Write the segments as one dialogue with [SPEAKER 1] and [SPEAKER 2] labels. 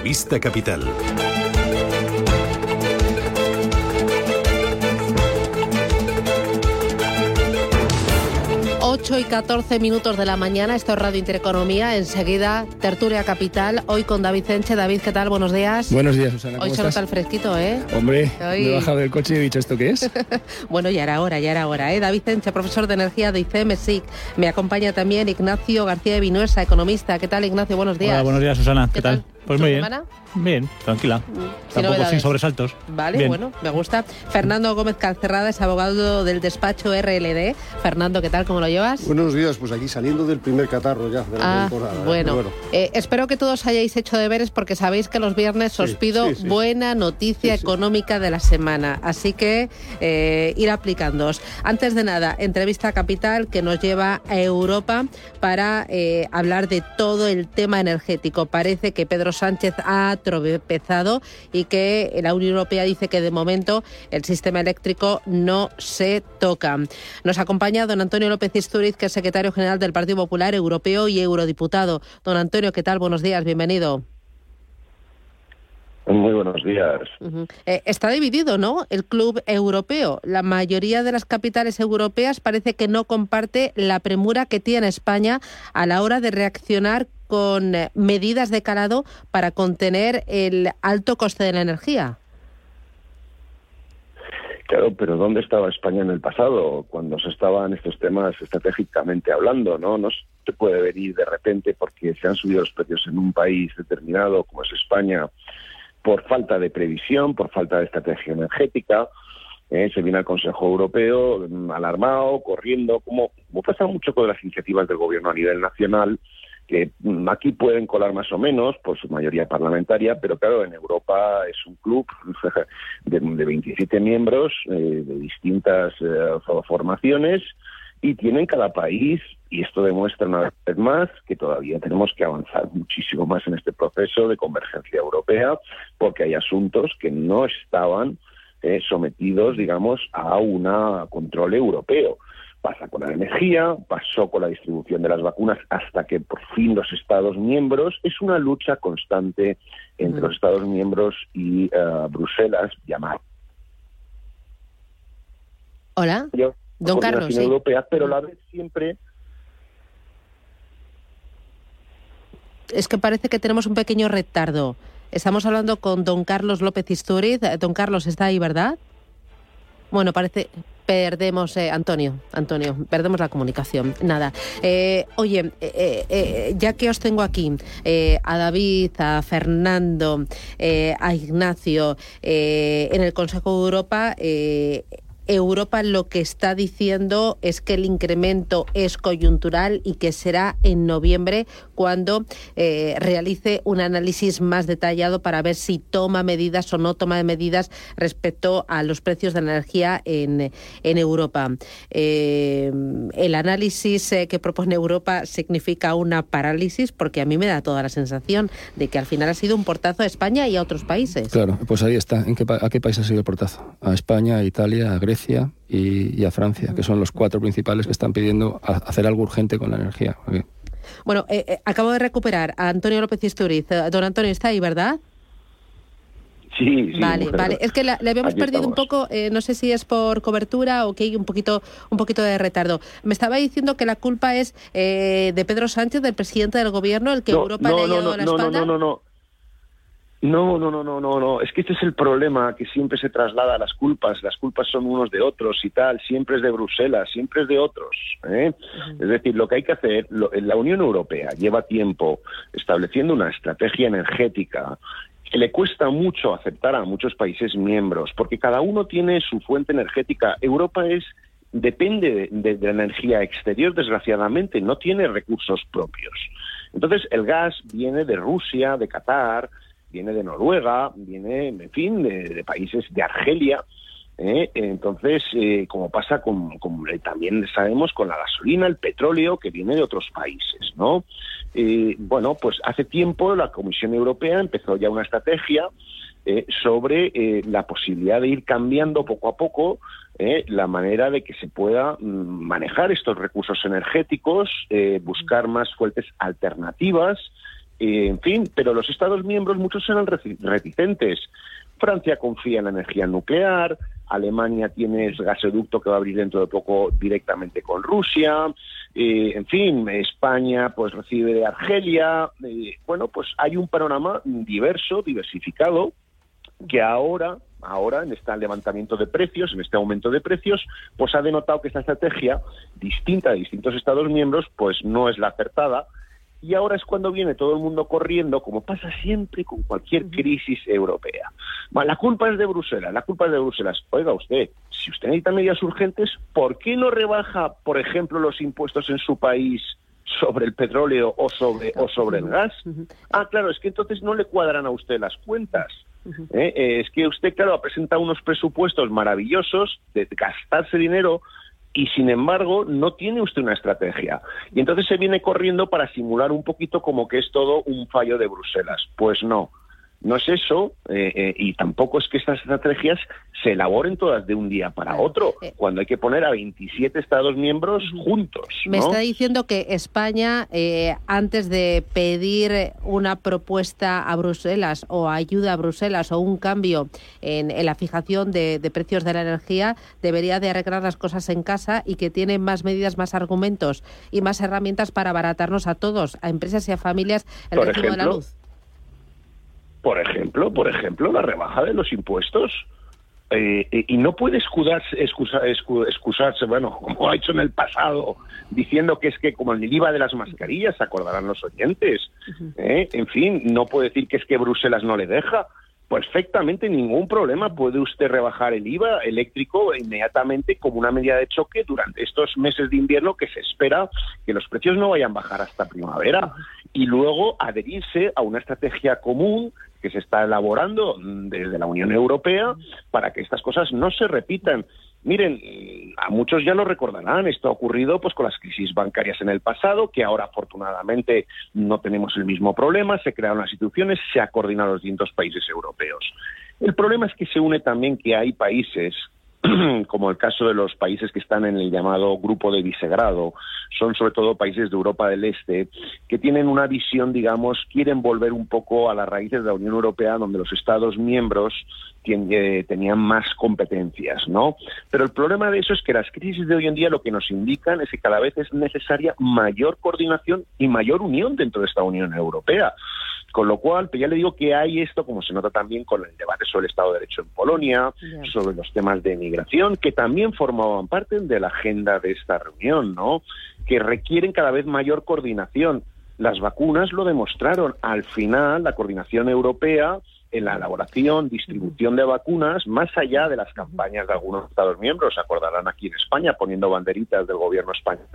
[SPEAKER 1] Entrevista Capital.
[SPEAKER 2] 8:14 de la mañana, esto es Radio Intereconomía, enseguida Tertulia Capital, hoy con David Enche. David, ¿qué tal? Buenos días.
[SPEAKER 3] Buenos días, Susana.
[SPEAKER 2] Hoy se nota el fresquito, ¿eh?
[SPEAKER 3] Hombre,
[SPEAKER 2] hoy...
[SPEAKER 3] me he bajado del coche y he dicho, ¿esto qué es?
[SPEAKER 2] Bueno, ya era hora, ¿eh? David Enche, profesor de energía de ICEM SIC. Me acompaña también Ignacio García de Vinuesa, economista. ¿Qué tal, Ignacio? Buenos días.
[SPEAKER 4] Hola, buenos días, Susana. ¿Qué tal? Pues muy bien.
[SPEAKER 2] ¿Semana?
[SPEAKER 4] Bien, tranquila. Tampoco sin sobresaltos.
[SPEAKER 2] Vale,
[SPEAKER 4] bien.
[SPEAKER 2] Bueno, me gusta. Fernando Gómez Calcerrada es abogado del despacho RLD. Fernando, ¿qué tal? ¿Cómo lo llevas?
[SPEAKER 5] Buenos días, pues aquí saliendo del primer catarro ya de la temporada.
[SPEAKER 2] Bueno. Espero que todos hayáis hecho deberes porque sabéis que los viernes os pido buena noticia económica de la semana. Así que ir aplicándoos. Antes de nada, entrevista Capital que nos lleva a Europa para hablar de todo el tema energético. Parece que Pedro Sánchez ha tropezado y que la Unión Europea dice que de momento el sistema eléctrico no se toca. Nos acompaña don Antonio López Istúriz, que es secretario general del Partido Popular Europeo y eurodiputado. Don Antonio, ¿qué tal? Buenos días, bienvenido.
[SPEAKER 6] Muy buenos días.
[SPEAKER 2] Está dividido, ¿no?, el club europeo. La mayoría de las capitales europeas parece que no comparte la premura que tiene España a la hora de reaccionar con medidas de calado para contener el alto coste de la energía.
[SPEAKER 6] Claro, pero ¿dónde estaba España en el pasado, cuando se estaban estos temas estratégicamente hablando, ¿no? No se puede venir de repente porque se han subido los precios en un país determinado, como es España, por falta de previsión, por falta de estrategia energética. Se viene al Consejo Europeo alarmado, corriendo, como pasa mucho con las iniciativas del Gobierno a nivel nacional, que aquí pueden colar más o menos por su mayoría parlamentaria, pero claro, en Europa es un club de 27 miembros de distintas formaciones y tienen cada país, y esto demuestra una vez más que todavía tenemos que avanzar muchísimo más en este proceso de convergencia europea, porque hay asuntos que no estaban sometidos, digamos, a un control europeo. Pasa con la energía, pasó con la distribución de las vacunas, hasta que por fin los Estados miembros, es una lucha constante entre los Estados miembros y Bruselas, llamada.
[SPEAKER 2] Hola, don Carlos.
[SPEAKER 6] Europea, pero la vez siempre.
[SPEAKER 2] Es que parece que tenemos un pequeño retardo. Estamos hablando con don Carlos López Istúriz. Don Carlos está ahí, ¿verdad? Bueno, parece... Perdemos, Antonio, perdemos la comunicación. Nada. Oye, ya que os tengo aquí, a David, a Fernando, a Ignacio, en el Consejo de Europa, Europa lo que está diciendo es que el incremento es coyuntural y que será en noviembre cuando realice un análisis más detallado para ver si toma medidas o no toma medidas respecto a los precios de la energía en Europa. El análisis que propone Europa significa una parálisis, porque a mí me da toda la sensación de que al final ha sido un portazo a España y a otros países.
[SPEAKER 3] Claro, pues ahí está. ¿A qué país ha sido el portazo? A España, a Italia, a Grecia y a Francia, que son los 4 principales que están pidiendo hacer algo urgente con la energía. Okay.
[SPEAKER 2] Bueno, acabo de recuperar a Antonio López Istúriz. Don Antonio, ¿está ahí, verdad?
[SPEAKER 6] Sí.
[SPEAKER 2] Vale. Es que le habíamos
[SPEAKER 6] aquí
[SPEAKER 2] perdido
[SPEAKER 6] estamos.
[SPEAKER 2] Un poco, no sé si es por cobertura o que hay un poquito de retardo. Me estaba diciendo que la culpa es de Pedro Sánchez, del presidente del gobierno, el que Europa le ha dado la espalda.
[SPEAKER 6] No, es que este es el problema, que siempre se traslada las culpas son unos de otros y tal, siempre es de Bruselas, siempre es de otros, ¿eh? Es decir, lo que hay que hacer, la Unión Europea lleva tiempo estableciendo una estrategia energética que le cuesta mucho aceptar a muchos países miembros, porque cada uno tiene su fuente energética. Europa depende de la energía exterior, desgraciadamente, no tiene recursos propios. Entonces, el gas viene de Rusia, de Qatar, viene de Noruega, viene, en fin, de países de Argelia. Entonces, como pasa también sabemos con la gasolina, el petróleo, que viene de otros países, ¿no? Bueno, pues hace tiempo la Comisión Europea empezó ya una estrategia sobre la posibilidad de ir cambiando poco a poco la manera de que se pueda manejar estos recursos energéticos, buscar más fuentes alternativas, En fin, pero los Estados miembros, muchos eran reticentes. Francia confía en la energía nuclear, Alemania tiene el gasoducto que va a abrir dentro de poco directamente con Rusia, en fin, España pues recibe de Argelia, bueno, pues hay un panorama diverso, diversificado, que ahora en este levantamiento de precios, en este aumento de precios, pues ha denotado que esta estrategia, distinta de distintos Estados miembros, pues no es la acertada. Y ahora es cuando viene todo el mundo corriendo, como pasa siempre con cualquier crisis europea. La culpa es de Bruselas, la culpa es de Bruselas. Oiga usted, si usted necesita medidas urgentes, ¿por qué no rebaja, por ejemplo, los impuestos en su país sobre el petróleo o sobre el gas? Ah, claro, es que entonces no le cuadran a usted las cuentas. Es que usted, claro, ha presentado unos presupuestos maravillosos de gastarse dinero y, sin embargo, no tiene usted una estrategia. Y entonces se viene corriendo para simular un poquito como que es todo un fallo de Bruselas. Pues no. No es eso, y tampoco es que estas estrategias se elaboren todas de un día para otro, cuando hay que poner a 27 Estados miembros juntos, ¿no?
[SPEAKER 2] Me está diciendo que España, antes de pedir una propuesta a Bruselas o ayuda a Bruselas o un cambio en la fijación de precios de la energía, debería de arreglar las cosas en casa y que tiene más medidas, más argumentos y más herramientas para abaratarnos a todos, a empresas y a familias, el recibo de la luz.
[SPEAKER 6] Por ejemplo, la rebaja de los impuestos. Y no puede excusarse, bueno, como ha hecho en el pasado, diciendo que es que como en el IVA de las mascarillas, se acordarán los oyentes. En fin, no puede decir que es que Bruselas no le deja. Perfectamente, ningún problema. Puede usted rebajar el IVA eléctrico inmediatamente como una medida de choque durante estos meses de invierno, que se espera que los precios no vayan a bajar hasta primavera. Y luego adherirse a una estrategia común que se está elaborando desde la Unión Europea para que estas cosas no se repitan. Miren, a muchos ya lo recordarán, esto ha ocurrido pues con las crisis bancarias en el pasado, que ahora afortunadamente no tenemos el mismo problema, se crearon las instituciones, se ha coordinado los distintos países europeos. El problema es que se une también que hay países, como el caso de los países que están en el llamado Grupo de Visegrado, son sobre todo países de Europa del Este, que tienen una visión, digamos, quieren volver un poco a las raíces de la Unión Europea, donde los Estados miembros tenían más competencias, ¿no? Pero el problema de eso es que las crisis de hoy en día lo que nos indican es que cada vez es necesaria mayor coordinación y mayor unión dentro de esta Unión Europea. Con lo cual, pues ya le digo que hay esto, como se nota también con el debate sobre el Estado de Derecho en Polonia, sobre los temas de migración, que también formaban parte de la agenda de esta reunión, ¿no? Que requieren cada vez mayor coordinación. Las vacunas lo demostraron. Al final, la coordinación europea en la elaboración, distribución de vacunas, más allá de las campañas de algunos Estados miembros, se acordarán aquí en España, poniendo banderitas del gobierno español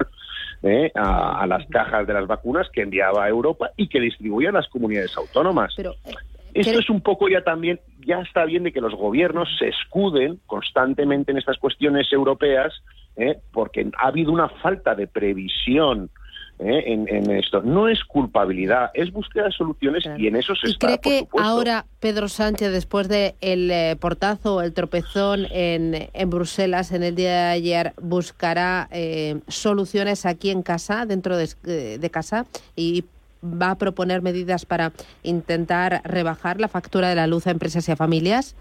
[SPEAKER 6] a las cajas de las vacunas que enviaba a Europa y que distribuían las comunidades autónomas. Pero, esto es un poco ya también, ya está bien de que los gobiernos se escuden constantemente en estas cuestiones europeas, porque ha habido una falta de previsión en esto. No es culpabilidad, es búsqueda de soluciones, y en eso se está, por supuesto. ¿Y cree que
[SPEAKER 2] ahora Pedro Sánchez, después de el portazo, el tropezón en Bruselas en el día de ayer, buscará soluciones aquí en casa, dentro de casa, y va a proponer medidas para intentar rebajar la factura de la luz a empresas y a familias?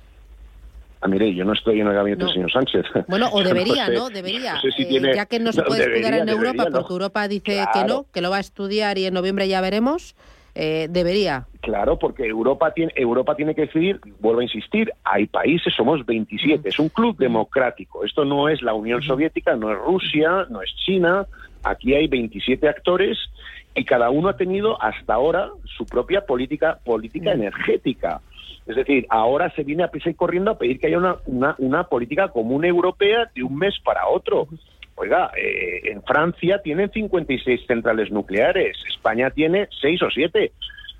[SPEAKER 6] Mire, yo no estoy en el gabinete del señor Sánchez.
[SPEAKER 2] Bueno, o debería, ¿no? Debería. No sé si tiene... Ya que no se puede estudiar en Europa, porque Europa dice que no, que lo va a estudiar y en noviembre ya veremos, debería.
[SPEAKER 6] Claro, porque Europa tiene que decidir, vuelvo a insistir, hay países, somos 27, es un club democrático. Esto no es la Unión Soviética, no es Rusia, no es China, aquí hay 27 actores y cada uno ha tenido hasta ahora su propia política energética. Es decir, ahora se viene a prisa y corriendo a pedir que haya una política común europea de un mes para otro. Oiga, en Francia tienen 56 centrales nucleares, España tiene 6 o 7.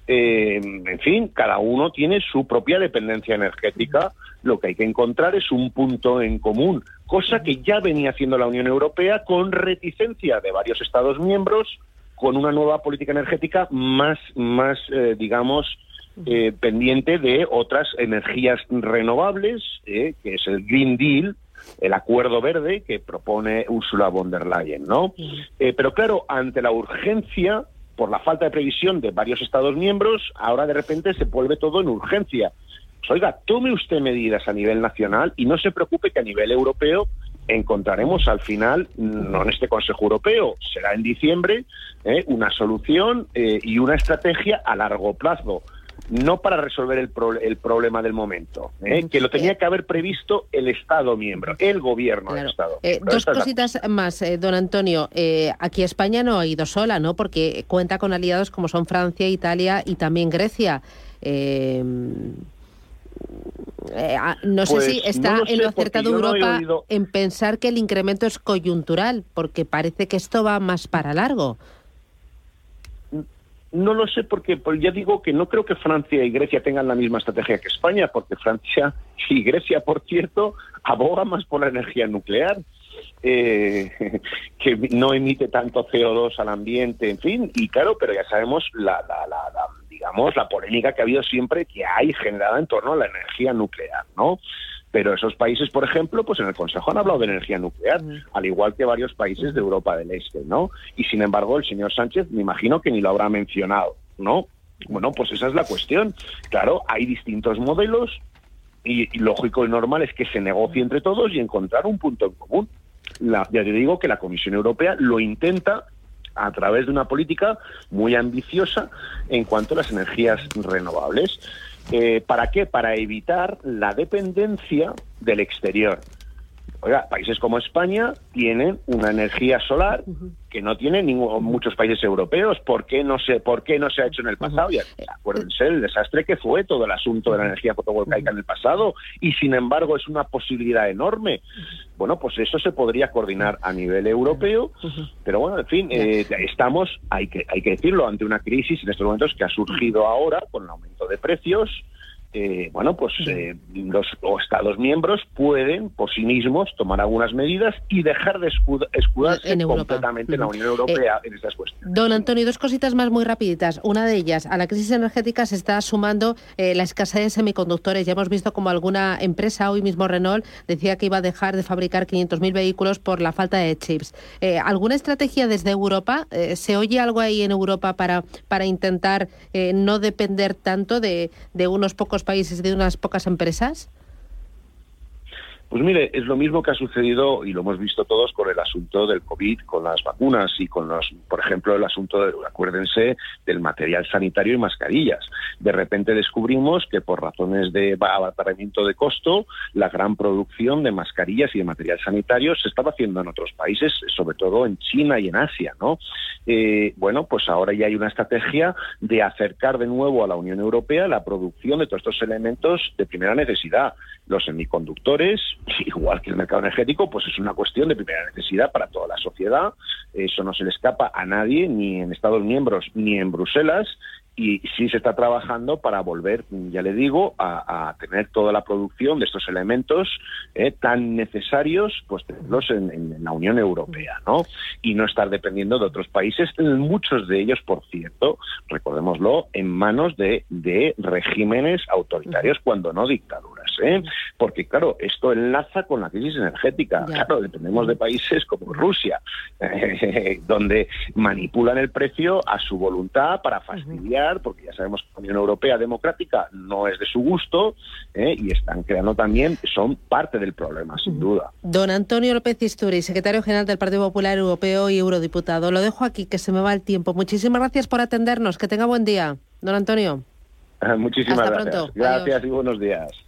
[SPEAKER 6] En fin, cada uno tiene su propia dependencia energética. Lo que hay que encontrar es un punto en común, cosa que ya venía haciendo la Unión Europea con reticencia de varios Estados miembros, con una nueva política energética más digamos, pendiente de otras energías renovables, que es el Green Deal, el acuerdo verde que propone Ursula von der Leyen, ¿no? Pero claro, ante la urgencia, por la falta de previsión de varios Estados miembros, ahora de repente se vuelve todo en urgencia. Pues oiga, tome usted medidas a nivel nacional y no se preocupe que a nivel europeo encontraremos al final, no en este Consejo Europeo, será en diciembre, una solución y una estrategia a largo plazo. No para resolver el problema del momento, que lo tenía que haber previsto el Estado miembro, el gobierno del Estado.
[SPEAKER 2] Dos cositas más, don Antonio. Aquí España no ha ido sola, ¿no? Porque cuenta con aliados como son Francia, Italia y también Grecia. No sé si está en lo acertado Europa en pensar que el incremento es coyuntural, porque parece que esto va más para largo.
[SPEAKER 6] No lo sé porque ya digo que no creo que Francia y Grecia tengan la misma estrategia que España, porque Francia y Grecia, por cierto, abogan más por la energía nuclear, que no emite tanto CO2 al ambiente, en fin, y claro, pero ya sabemos digamos, la polémica que ha habido siempre, que hay generada en torno a la energía nuclear, ¿no? Pero esos países, por ejemplo, pues en el Consejo han hablado de energía nuclear, al igual que varios países de Europa del Este, ¿no? Y sin embargo, el señor Sánchez, me imagino que ni lo habrá mencionado, ¿no? Bueno, pues esa es la cuestión. Claro, hay distintos modelos y lógico y normal es que se negocie entre todos y encontrar un punto en común. Ya te digo que la Comisión Europea lo intenta a través de una política muy ambiciosa en cuanto a las energías renovables. ¿Para qué? Para evitar la dependencia del exterior. Oiga, países como España tienen una energía solar que no tienen muchos países europeos. ¿Por qué no se ha hecho en el pasado? Y acuérdense el desastre que fue todo el asunto de la energía fotovoltaica en el pasado, y sin embargo es una posibilidad enorme. Bueno, pues eso se podría coordinar a nivel europeo, pero bueno, en fin, estamos, hay que decirlo, ante una crisis en estos momentos que ha surgido ahora con el aumento de precios. Los Estados miembros pueden por sí mismos tomar algunas medidas y dejar de escudarse completamente en la Unión Europea en estas cuestiones.
[SPEAKER 2] Don Antonio, dos cositas más muy rapiditas. Una de ellas, a la crisis energética se está sumando la escasez de semiconductores. Ya hemos visto como alguna empresa, hoy mismo Renault, decía que iba a dejar de fabricar 500.000 vehículos por la falta de chips. ¿Alguna estrategia desde Europa? ¿Se oye algo ahí en Europa para intentar no depender tanto de unos pocos países, de unas pocas empresas?
[SPEAKER 6] Pues mire, es lo mismo que ha sucedido y lo hemos visto todos con el asunto del COVID, con las vacunas y con por ejemplo, el asunto acuérdense, del material sanitario y mascarillas. De repente descubrimos que por razones de abaratamiento de costo, la gran producción de mascarillas y de material sanitario se estaba haciendo en otros países, sobre todo en China y en Asia, ¿no? Pues ahora ya hay una estrategia de acercar de nuevo a la Unión Europea la producción de todos estos elementos de primera necesidad. Los semiconductores, igual que el mercado energético, pues es una cuestión de primera necesidad para toda la sociedad. Eso no se le escapa a nadie, ni en Estados miembros ni en Bruselas. Y sí se está trabajando para volver, ya le digo, a tener toda la producción de estos elementos tan necesarios, pues tenerlos en la Unión Europea, ¿no? Y no estar dependiendo de otros países, muchos de ellos, por cierto, recordémoslo, en manos de regímenes autoritarios, cuando no dictaduras, porque claro, esto enlaza con la crisis energética. Ya. Claro, dependemos de países como Rusia, donde manipulan el precio a su voluntad para fastidiar, porque ya sabemos que la Unión Europea democrática no es de su gusto, y están creando también, son parte del problema, sin duda.
[SPEAKER 2] Don Antonio López Istúriz, secretario general del Partido Popular Europeo y eurodiputado. Lo dejo aquí, que se me va el tiempo. Muchísimas gracias por atendernos. Que tenga buen día, don Antonio.
[SPEAKER 6] Muchísimas gracias.
[SPEAKER 2] Pronto.
[SPEAKER 6] Gracias.
[SPEAKER 2] Adiós.
[SPEAKER 6] Y buenos días.